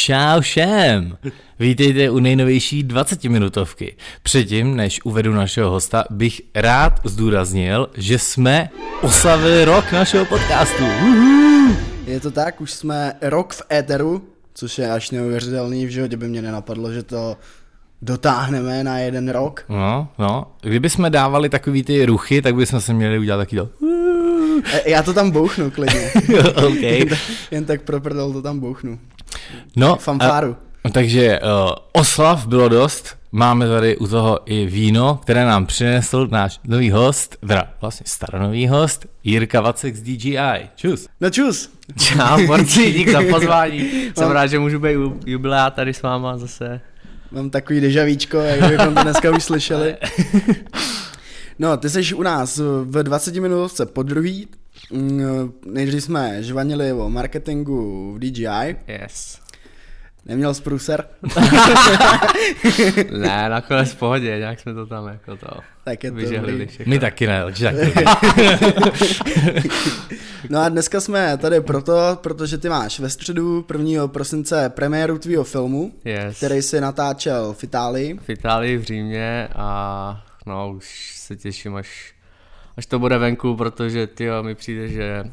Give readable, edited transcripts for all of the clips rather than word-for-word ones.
Čau všem! Vítejte u nejnovější 20minutovky. Předtím, než uvedu našeho hosta, bych rád zdůraznil, že jsme oslavili rok našeho podcastu. Je to tak, už jsme rok v éteru, což je až neuvěřitelný, v životě by mě nenapadlo, že to dotáhneme na jeden rok. No, kdyby jsme dávali takový ty ruchy, tak bychom se měli udělat taky to. Já to tam bouchnu klidně. Okay. Jen tak pro prdel to tam bouchnu. No, fanfáru. Takže oslav bylo dost. Máme tady u toho i víno, které nám přinesl náš nový host, teda vlastně staronový host, Jirka Vacek z DJI. Čus. No čus. Čau, borci, dík za pozvání. Jsem rád, že můžu být jubileát tady s váma zase. Mám takový dejavíčko, jak bychom to dneska už slyšeli. No, ty jsi u nás v 20 minutovce podruhý. Nejdřív jsme žvanili o marketingu v DJI. Yes. Neměl jsi průser? Ne, nakonec v pohodě, nějak jsme to tam jako to tak je to vyžehlili všechno. My taky ne, taky. No a dneska jsme tady protože ty máš ve středu 1. prosince premiéru tvýho filmu, yes. Který jsi natáčel v Itálii. V Itálii, v Římě a no už se těším, až to bude venku, protože mi přijde, že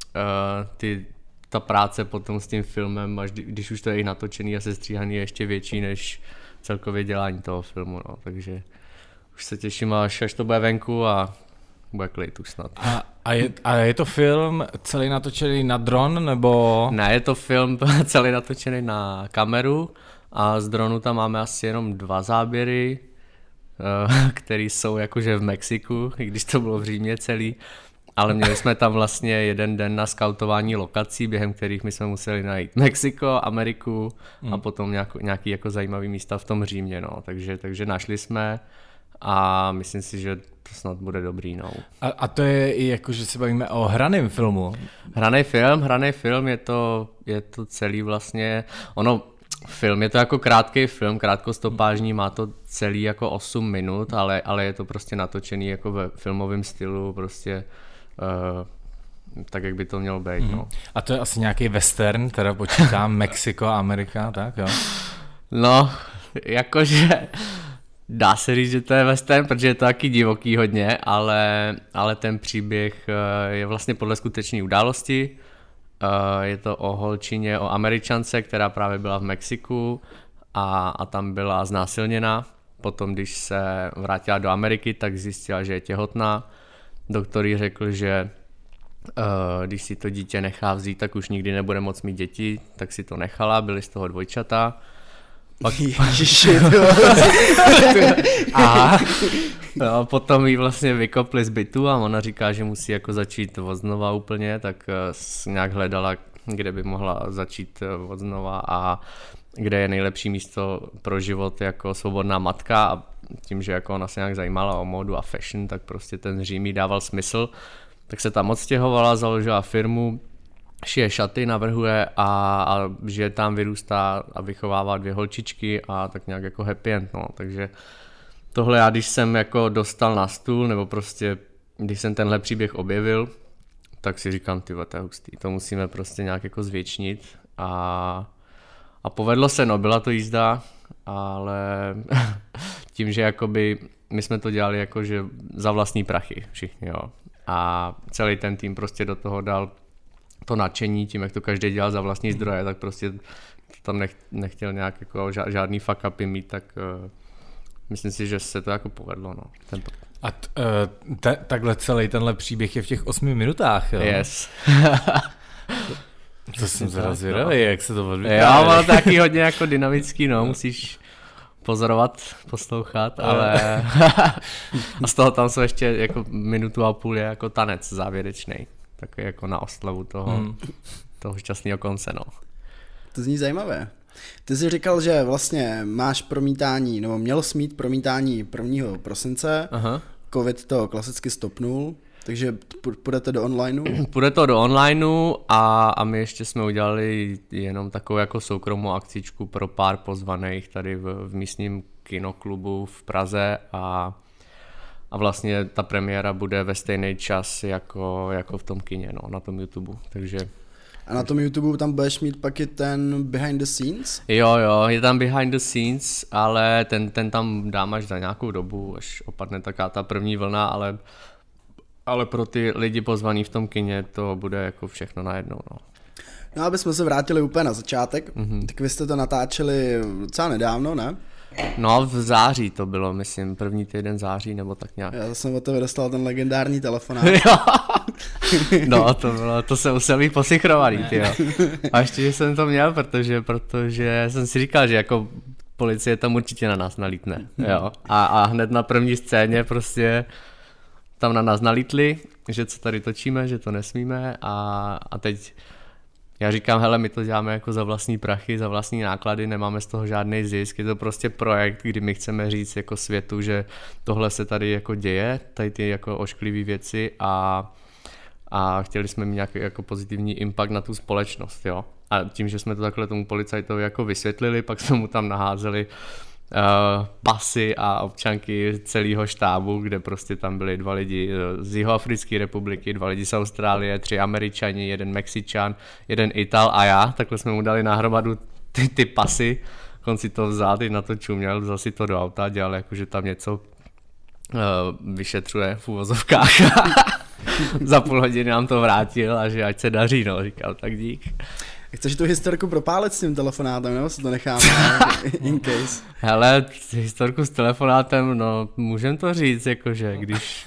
ta práce potom s tím filmem, až když už to je i natočený a sestříhaný, je ještě větší než celkově dělání toho filmu, no, takže už se těším, až to bude venku a bude klid už snad. A je to film celý natočený na dron, nebo? Ne, je to film celý natočený na kameru a z dronu tam máme asi jenom 2 záběry, které jsou jakože v Mexiku, i když to bylo v Římě celý. Ale měli jsme tam vlastně jeden den na skautování lokací, během kterých my jsme museli najít Mexiko, Ameriku a potom nějaký jako zajímavý místa v tom Římě, no. Takže našli jsme a myslím si, že to snad bude dobrý, no. A to je i jako, že se bavíme o hraném filmu. Hraný film, je to celý vlastně, film je to jako krátký film, krátkostopážní, má to celý jako 8 minut, ale je to prostě natočený jako ve filmovém stylu, prostě tak, jak by to mělo být, no. A to je asi nějaký western, teda počítám Mexiko a Amerika, tak jo? No, jakože dá se říct, že to je western, protože je to taky divoký hodně, ale ten příběh je vlastně podle skutečné události. Je to o holčině, o Američance, která právě byla v Mexiku a tam byla znásilněna. Potom, když se vrátila do Ameriky, tak zjistila, že je těhotná. Doktor jí řekl, že když si to dítě nechá vzít, tak už nikdy nebude moct mít děti, tak si to nechala, byly z toho dvojčata. A potom jí vlastně vykopli z bytu a ona říká, že musí jako začít odznova úplně, tak nějak hledala, kde by mohla začít odznova a kde je nejlepší místo pro život jako svobodná matka a tím, že jako ona se nějak zajímala o módu a fashion, tak prostě ten Řím jí dával smysl, tak se tam odstěhovala, založila firmu, šije šaty, navrhuje a že tam vyrůstá a vychovává 2 holčičky a tak nějak jako happy end, no, takže tohle já, když jsem jako dostal na stůl, nebo prostě když jsem tenhle příběh objevil, tak si říkám, tyhle, to je hustý, to musíme prostě nějak jako zvětšnit a povedlo se, no, byla to jízda, ale tím, že jakoby my jsme to dělali jakože za vlastní prachy všichni, jo, a celý ten tým prostě do toho dal to nadšení, tím, jak to každý dělal za vlastní zdroje, tak prostě tam nechtěl nějak jako žádný fuck upy mít, tak myslím si, že se to jako povedlo, no. A takhle celý tenhle příběh je v těch 8 minutách, jo? Yes. To jsem zvědavý, jak se to odvykládá. Jo, ono taky hodně jako dynamický, no, musíš pozorovat, poslouchat, ale a z toho tam jsou ještě jako 1,5 minuty je jako tanec závěrečný, takový jako na oslavu toho šťastného konce, no. To zní zajímavé. Ty jsi říkal, že vlastně máš promítání, nebo měl jsi mít promítání 1. prosince, Aha. Covid to klasicky stopnul, takže půjdete do onlineu? Půjde to do onlineu a my ještě jsme udělali jenom takovou jako soukromou akcičku pro pár pozvaných tady v místním kinoklubu v Praze a vlastně ta premiéra bude ve stejný čas jako v tom kině, no, na tom YouTube, takže A na tom YouTube tam budeš mít pak i ten behind the scenes? Jo, je tam behind the scenes, ale ten tam dám až za nějakou dobu, až opadne taká ta první vlna, ale pro ty lidi pozvaný v tom kině to bude jako všechno najednou, no. No, aby jsme se vrátili úplně na začátek, tak vy jste to natáčeli docela nedávno, ne? No, v září to bylo, myslím, první týden září, nebo tak nějak. Já jsem od tebe dostal ten legendární telefonát. No, to se musel být posichrovaný, tyjo. A ještě, že jsem to měl, protože jsem si říkal, že jako policie tam určitě na nás nalítne, jo. A hned na první scéně prostě tam na nás nalítli, že co tady točíme, že to nesmíme a teď já říkám, hele, my to děláme jako za vlastní prachy, za vlastní náklady, nemáme z toho žádný zisk, je to prostě projekt, kdy my chceme říct jako světu, že tohle se tady jako děje, tady ty jako ošklivé věci a chtěli jsme mít nějaký jako pozitivní impact na tu společnost, jo. A tím, že jsme to takhle tomu policajtovi jako vysvětlili, pak jsme mu tam naházeli pasy a občanky celého štábu, kde prostě tam byli 2 lidi z Jihoafrické republiky, 2 lidi z Austrálie, 3 Američani, 1 Mexičan, 1 Ital a já. Takhle jsme mu dali náhromadu ty pasy. On si to vzal, teď na to čuměl, vzal si to do auta, dělal jako, že tam něco vyšetřuje v uvozovkách. Za půl hodiny nám to vrátil a že ať se daří, no, říkal, tak dík. Chceš tu historku propálit s tím telefonátem, nebo se to necháme in case? Hele, historku s telefonátem, no můžem to říct, jakože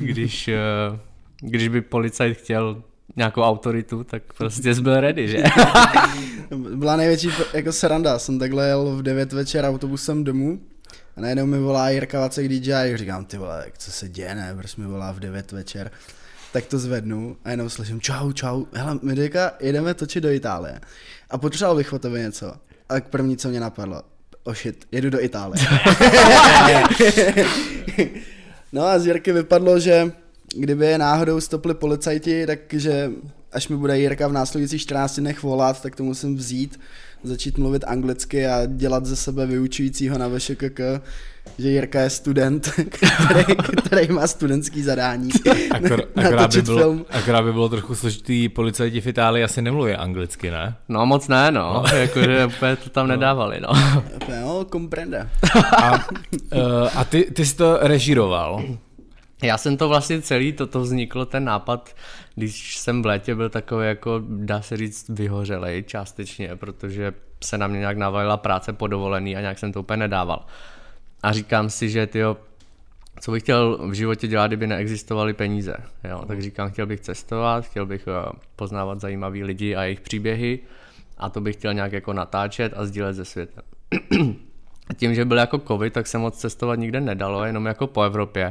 když by policajt chtěl nějakou autoritu, tak prostě jsi byl ready, že? Byla největší jako sranda, jsem takhle jel v 9 večer autobusem domů a najednou mi volá Jirka Vacek DJ a říkám, ty vole, co se děje, ne, proč mi volá v 9 večer? Tak to zvednu a jenom slyším čau, hele, my teďka jedeme točit do Itálie a potřeboval bych o tebe něco. A první, co mě napadlo, shit, jedu do Itálie. No a z Jirky vypadlo, že kdyby je náhodou stopli policajti, takže až mi bude Jirka v následujících 14 dnech volat, tak to musím vzít, začít mluvit anglicky a dělat ze sebe vyučujícího na VŠKK, že Jirka je student, který má studentský zadání. Akorát by bylo trochu složitý, policajti v Itálii asi nemluví anglicky, ne? No moc ne, no. Jakože úplně to tam nedávali, no. No, comprende. A ty jsi to režíroval? Já jsem to vlastně celý, toto vzniklo ten nápad, když jsem v létě byl takový jako, dá se říct, vyhořelej částečně, protože se na mě nějak navalila práce po dovolený a nějak jsem to úplně nedával. A říkám si, že tyjo, co bych chtěl v životě dělat, kdyby neexistovaly peníze. Jo? Tak říkám, chtěl bych cestovat, chtěl bych poznávat zajímavý lidi a jejich příběhy a to bych chtěl nějak jako natáčet a sdílet se světem. A tím, že byl jako covid, tak se moc cestovat nikde nedalo, jenom jako po Evropě.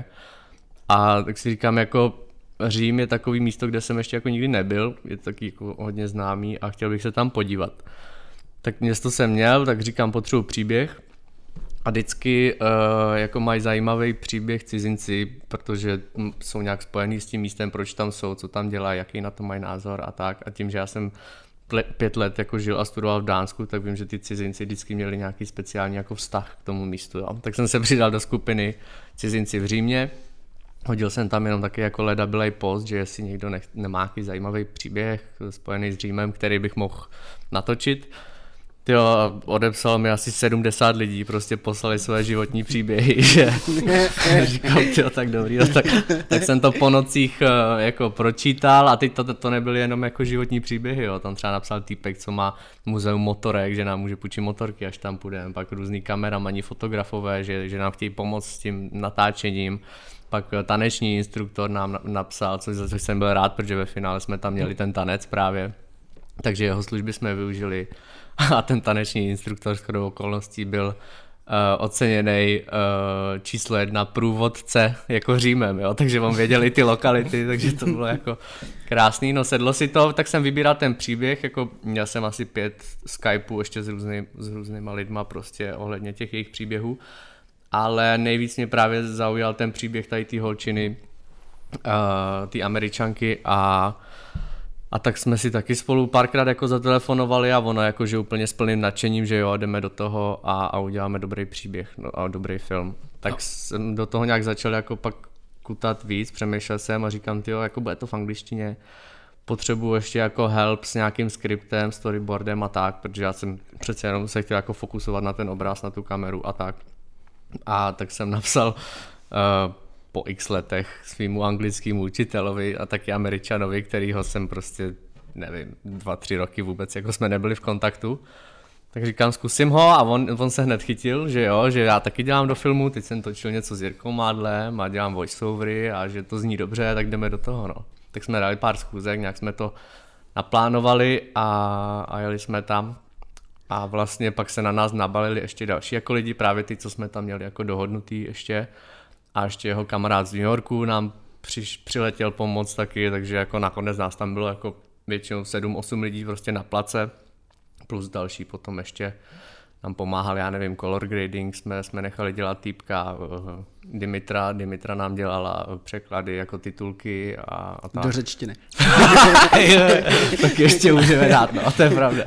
A tak si říkám, jako Řím je takový místo, kde jsem ještě jako nikdy nebyl, je taky jako hodně známý a chtěl bych se tam podívat. Tak město jsem měl, tak říkám, potřebuji příběh a vždycky jako mají zajímavý příběh cizinci, protože jsou nějak spojený s tím místem, proč tam jsou, co tam dělají, jaký na to mají názor a tak. A tím, že já jsem 5 let jako žil a studoval v Dánsku, tak vím, že ty cizinci vždycky měli nějaký speciální jako vztah k tomu místu. Jo. Tak jsem se přidal do skupiny cizinci v Římě. Hodil jsem tam jenom taky jako ledabilej post, že jestli někdo nemá nějaký zajímavý příběh spojený s Římem, který bych mohl natočit. Tyjo, odepsalo mi asi 70 lidí, prostě poslali své životní příběhy, že říkám, tyjo, tak dobrý, tak jsem to po nocích jako pročítal a teď to nebyly jenom jako životní příběhy, jo. Tam třeba napsal týpek, co má muzeum motorek, že nám může půjčit motorky, až tam půjdeme, pak různý kameramani, fotografové, že nám chtějí pomoct s tím natáčením. Pak taneční instruktor nám napsal, což jsem byl rád, protože ve finále jsme tam měli ten tanec právě, takže jeho služby jsme využili a ten taneční instruktor shodou okolností byl oceněný číslo 1 průvodce jako Římem, jo? Takže on věděl i ty lokality, takže to bylo jako krásný, no sedlo si to, tak jsem vybíral ten příběh, jako měl jsem asi 5 Skypeů ještě s různýma lidma prostě ohledně těch jejich příběhů, ale nejvíc mě právě zaujal ten příběh tady té holčiny, ty Američanky a tak jsme si taky spolu párkrát jako zatelefonovali a ona jakože úplně s plným nadšením, že jo, jdeme do toho a uděláme dobrý příběh a dobrý film. Tak jsem do toho nějak začal jako pak kutat víc, přemýšlel jsem a říkám, tyjo, jako bude to v angličtině, potřebuji ještě jako help s nějakým skriptem, storyboardem a tak, protože já jsem přece jenom se chtěl jako fokusovat na ten obraz, na tu kameru a tak. A tak jsem napsal po x letech svýmu anglickému učitelovi a taky Američanovi, kterýho jsem prostě, nevím, 2-3 roky vůbec, jako jsme nebyli v kontaktu. Tak říkám, zkusím ho a on se hned chytil, že jo, že já taky dělám do filmu, teď jsem točil něco s Jirkou Mádlem a dělám voiceovery a že to zní dobře, tak jdeme do toho, no. Tak jsme dali pár schůzek, nějak jsme to naplánovali a jeli jsme tam. A vlastně pak se na nás nabalili ještě další jako lidi, právě ty, co jsme tam měli jako dohodnutý ještě. A ještě jeho kamarád z New Yorku nám přiletěl pomoct taky, takže jako nakonec nás tam bylo jako většinou 7-8 lidí prostě na place. Plus další potom ještě nám pomáhali, já nevím, color grading jsme nechali dělat týpka Dimitra nám dělala překlady jako titulky a tak. Do řečtiny. Tak ještě můžeme dát, no, to je pravda.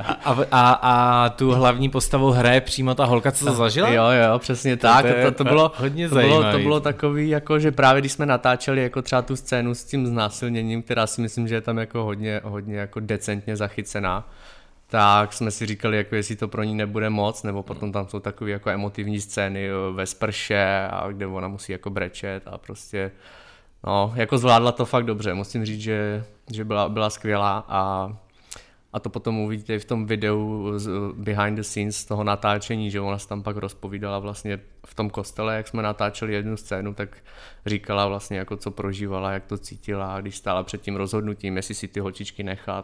A tu hlavní postavu hraje přímo ta holka, co to zažila? Jo, přesně tak. To bylo hodně zajímavé. To bylo takový, jako, že právě když jsme natáčeli jako třeba tu scénu s tím znásilněním, která si myslím, že je tam jako hodně jako decentně zachycená, tak jsme si říkali, jako jestli to pro ní nebude moc, nebo potom tam jsou takové jako emotivní scény ve sprše, a kde ona musí jako brečet a prostě, no, jako zvládla to fakt dobře, musím říct, že byla skvělá a to potom uvidíte v tom videu behind the scenes z toho natáčení, že ona se tam pak rozpovídala vlastně v tom kostele, jak jsme natáčeli jednu scénu, tak říkala vlastně jako co prožívala, jak to cítila, když stála před tím rozhodnutím, jestli si ty holčičky nechat,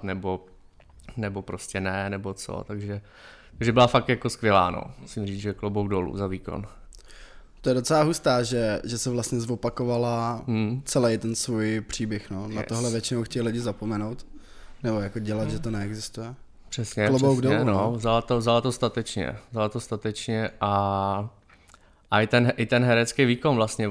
nebo prostě ne, nebo co, takže byla fakt jako skvělá, no. Musím říct, že klobouk dolů za výkon. To je docela hustá, že se vlastně zopakovala celý ten svůj příběh, no. Na tohle většinou chtějí lidi zapomenout, nebo jako dělat, že to neexistuje. Přesně, klobouk dolů, no. Vzala to statečně a i ten herecký výkon vlastně,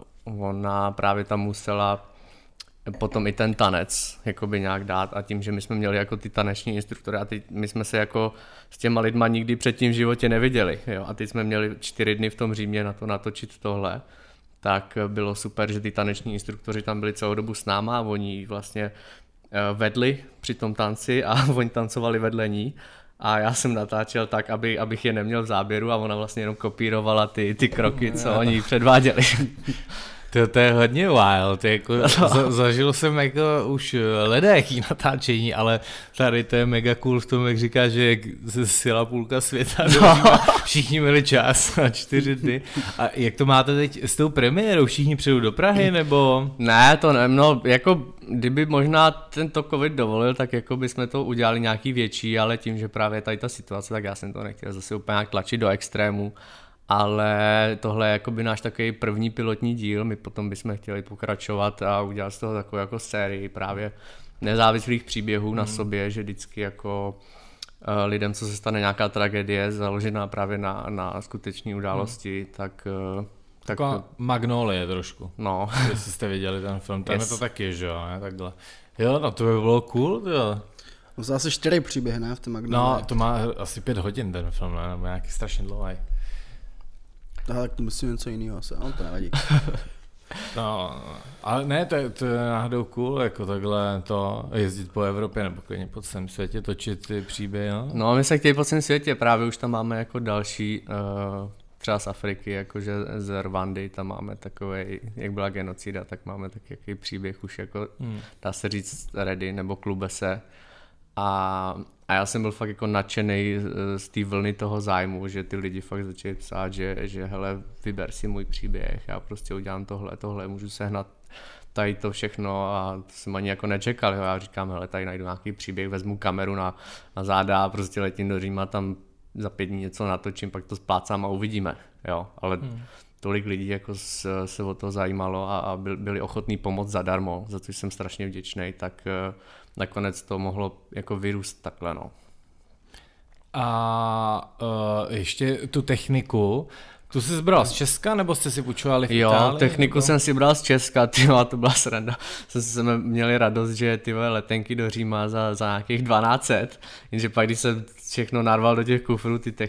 ona právě tam musela potom i ten tanec jakoby nějak dát a tím, že my jsme měli jako ty taneční instruktory a my jsme se jako s těma lidma nikdy předtím v životě neviděli, jo, a teď jsme měli 4 dny v tom Římě na to natočit tohle, tak bylo super, že ty taneční instruktoři tam byli celou dobu s náma a oni vlastně vedli při tom tanci a oni tancovali vedle ní a já jsem natáčel tak, abych je neměl v záběru a ona vlastně jenom kopírovala ty kroky, co oni předváděli. To je hodně wild, jako, zažil jsem jako už ledéký natáčení, ale tady to je mega cool v tom, jak říká, že sila půlka světa, všichni měli čas na 4 dny. A jak to máte teď s tou premiérou, všichni přijdou do Prahy, nebo? Ne, to ne, no jako kdyby možná tento covid dovolil, tak jako bychom to udělali nějaký větší, ale tím, že právě tady ta situace, tak já jsem to nechtěl zase úplně nějak tlačit do extrému. Ale tohle je jakoby náš takový první pilotní díl, my potom bychom chtěli pokračovat a udělat z toho takovou jako sérii právě nezávislých příběhů na sobě, že vždycky jako lidem, co se stane nějaká tragédie založená právě na skutečné události, tak Magnolie trošku. No. Jestli jste viděli ten film, tam je to taky, že jo, ne, takhle. Jo, no to by bylo cool, jo. To jsou asi 4 příběhy, ne, v tom Magnolii. No, to má asi 5 hodin ten film, ne, nebo nějaký strašně dlouhý. Tak to musím něco jiného asi, ale to nevadí. No, ale ne, to je náhodou cool, jako takhle to jezdit po Evropě nebo klidně po celém světě, točit ty příběhy, no? No, my se chtěli po celém světě, právě už tam máme jako další, třeba z Afriky, jakože z Rwandy, tam máme takovej, jak byla genocida, tak máme taky příběh už jako, dá se říct, ready, nebo klube se. A já jsem byl fakt jako nadšený z té vlny toho zájmu, že ty lidi fakt začali psát, že hele, vyber si můj příběh, já prostě udělám tohle, můžu sehnat tady to všechno a to jsem ani jako nečekal, jo. Já říkám, hele, tady najdu nějaký příběh, vezmu kameru na záda a prostě letím do Říma, tam za 5 dní něco natočím, pak to splácám a uvidíme, jo, ale tolik lidí jako se o to zajímalo a byli ochotní pomoct zadarmo, za což jsem strašně vděčný, tak nakonec to mohlo jako vyrůst takhle, no. A ještě tu techniku, tu jsi bral z Česka, nebo jste si půjčovali v Itálii? Jo, techniku nebo? jsem si bral z Česka, tyjo, a to byla sranda. Jsme měli radost, že ty letenky do Říma za nějakých 1200, jenže pak, když jsem všechno narval do těch kufrů,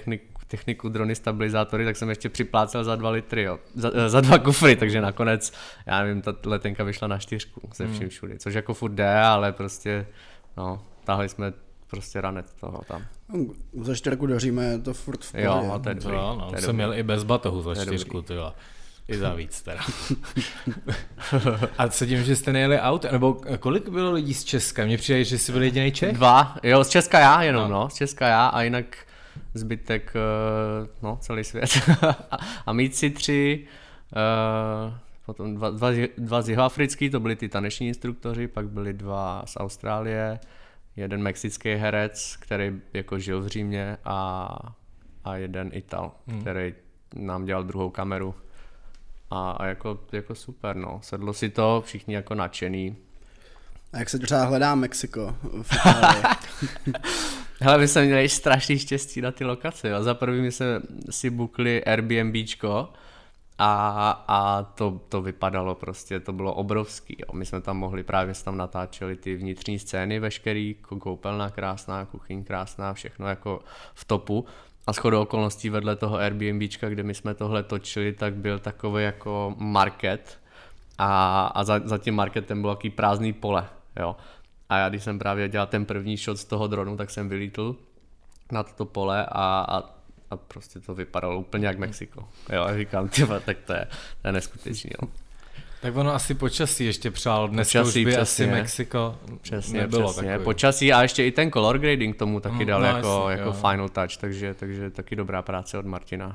techniku drony stabilizátory, tak jsem ještě připlácel za 2 litry, jo. Za 2 kufry, takže nakonec, já nevím, ta letenka vyšla na 4 se vším všudy, což jako furt jde, ale prostě, no, táhli jsme prostě ranec toho tam. Za 4 doříme to furt v pohodě. Jo, a to je dobrý. No, jsem měl i bez batohu za 4, tyjo. I za víc teda. A co tím, že jste nejeli autem, nebo kolik bylo lidí z Česka? Mně přijde, že jsi byl jediný Čech? 2, jo, z Česka já jenom, no, z Česka já a jinak zbytek, no, celý svět. A míci 3, potom 2 z jihoafrický, to byli ty taneční instruktoři, pak byli 2 z Austrálie, jeden mexický herec, který jako žil v Římě a jeden Ital, který nám dělal druhou kameru. A jako super, no. Sedlo si to, všichni jako nadšený. A jak se třeba hledá Mexiko v Itálii? Hele, my jsme měli strašný štěstí na ty lokace, jo. Za prvý my jsme si bookli Airbnbčko a to vypadalo prostě, to bylo obrovský, jo. My jsme tam mohli, právě jsme tam natáčeli ty vnitřní scény veškerý, koupelna krásná, kuchyň krásná, všechno jako v topu. A shodou okolností vedle toho Airbnbčka, kde my jsme tohle točili, tak byl takový jako market a za tím marketem bylo takový prázdný pole, jo. A já když jsem právě dělal ten první shot z toho dronu, tak jsem vylítl na to pole a prostě to vypadalo úplně jak Mexiko. Jo, a říkám, tyba, tak to je neskutečný, jo. Tak ono asi počasí ještě přál, dneska už by asi Mexiko nebylo takový. Počasí a ještě i ten color grading tomu taky dal jako final touch, takže taky dobrá práce od Martina.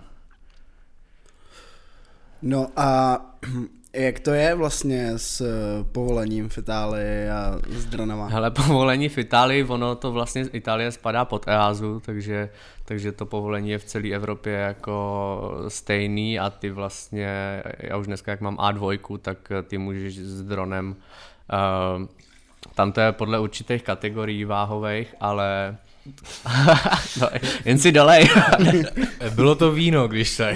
No a jak to je vlastně s povolením v Itálii a s dronama? Hele, povolení v Itálii, ono to vlastně Itálie spadá pod EASu, takže to povolení je v celé Evropě jako stejný a ty vlastně, já už dneska jak mám A2, tak ty můžeš s dronem, tam to je podle určitých kategorií váhových, ale no, jen si dolej. Bylo to víno, když tak.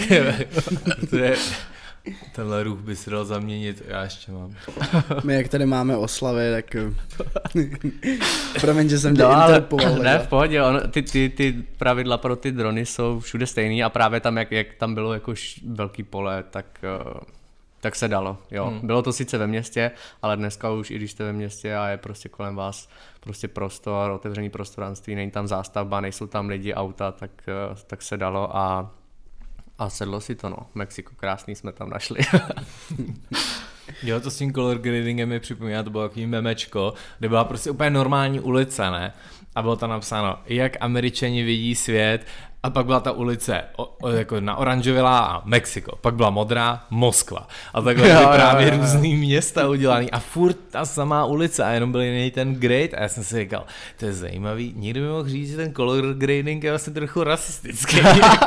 Tenhle ruch by se dal zaměnit, já ještě mám. My jak tady máme oslavy, tak promiň, že jsem tě interpoval. Ne, v pohodě, ty pravidla pro ty drony jsou všude stejný a právě tam, jak tam bylo jako velký pole, tak se dalo, jo. Bylo to sice ve městě, ale dneska už i když jste ve městě a je prostě kolem vás prostě prostor, otevřený prostranství, není tam zástavba, nejsou tam lidi, auta, tak se dalo a sedlo si to, no. Mexiko krásný jsme tam našli. Jo, to s tím color gradingem mi připomíná, to bylo takový memečko, kde byla prostě úplně normální ulice, ne? A bylo tam napsáno, jak Američani vidí svět, a pak byla ta ulice jako na oranžovilá a Mexiko, pak byla modrá Moskva. A takhle byly právě různý města udělaný a furt ta samá ulice a jenom byl jiný ten grade a já jsem si říkal, to je zajímavý, někdo by mohl říct, že ten color grading je vlastně trochu rasistický.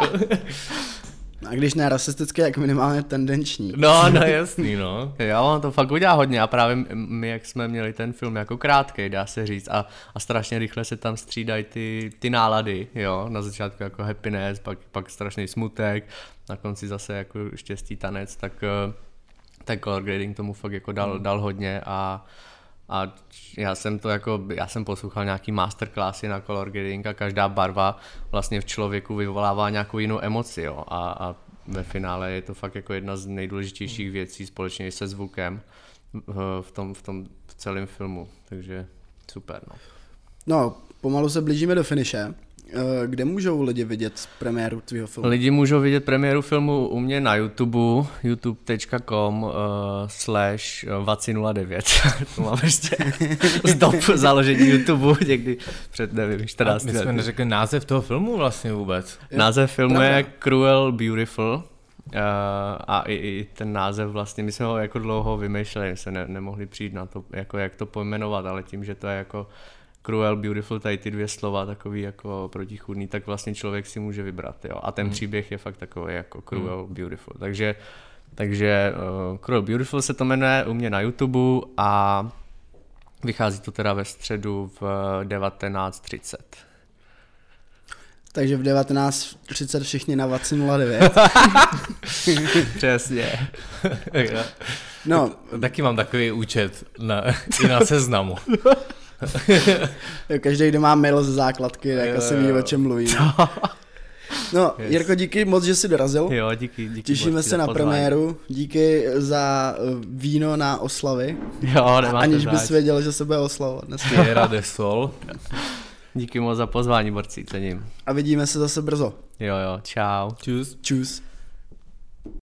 A když ne rasistický, jak minimálně tendenční. No jasný, no. Jo, on to fakt udělá hodně a právě my, jak jsme měli ten film jako krátkej, dá se říct, a strašně rychle se tam střídají ty nálady, jo, na začátku jako happiness, pak strašný smutek, na konci zase jako štěstí tanec, tak ten color grading tomu fakt jako dal hodně a já jsem poslouchal nějaký masterclassy na color grading a každá barva vlastně v člověku vyvolává nějakou jinou emoci, jo, a ve finále je to fakt jako jedna z nejdůležitějších věcí společně se zvukem v celém filmu, takže super, no. No, pomalu se blížíme do finiše. Kde můžou lidi vidět premiéru tvýho filmu? Lidi můžou vidět premiéru filmu u mě na YouTube, youtube.com/vaci09. To mám ještě z dob založení YouTube někdy před, nevím, 14 lety. My jsme neřekli název toho filmu vlastně vůbec. Název filmu je Cruel Beautiful. A i ten název vlastně, my jsme ho jako dlouho vymýšleli, my se nemohli přijít na to, jako jak to pojmenovat, ale tím, že to je jako Cruel, Beautiful, tady ty 2 slova takový jako protichůdný, tak vlastně člověk si může vybrat, jo. A ten příběh je fakt takový jako Cruel, Beautiful. Takže Cruel Beautiful se to jmenuje u mě na YouTube a vychází to teda ve středu v 19:30. Takže v 19:30 všichni na Vaci 09. Přesně. No. Taky mám takový účet i na Seznamu. Každý, kdo má mail ze základky, tak asi ví, o čem mluví. No, Jirko, díky moc, že jsi dorazil. Jo, díky. Těšíme se na premiéru. Díky za víno na oslavy. Jo, nemáte aniž zač. bys věděl, že se bude oslavovat dneska. Tierra de Sol. Díky moc za pozvání, borci, cením. A vidíme se zase brzo. Jo, čau. Čus. Čus.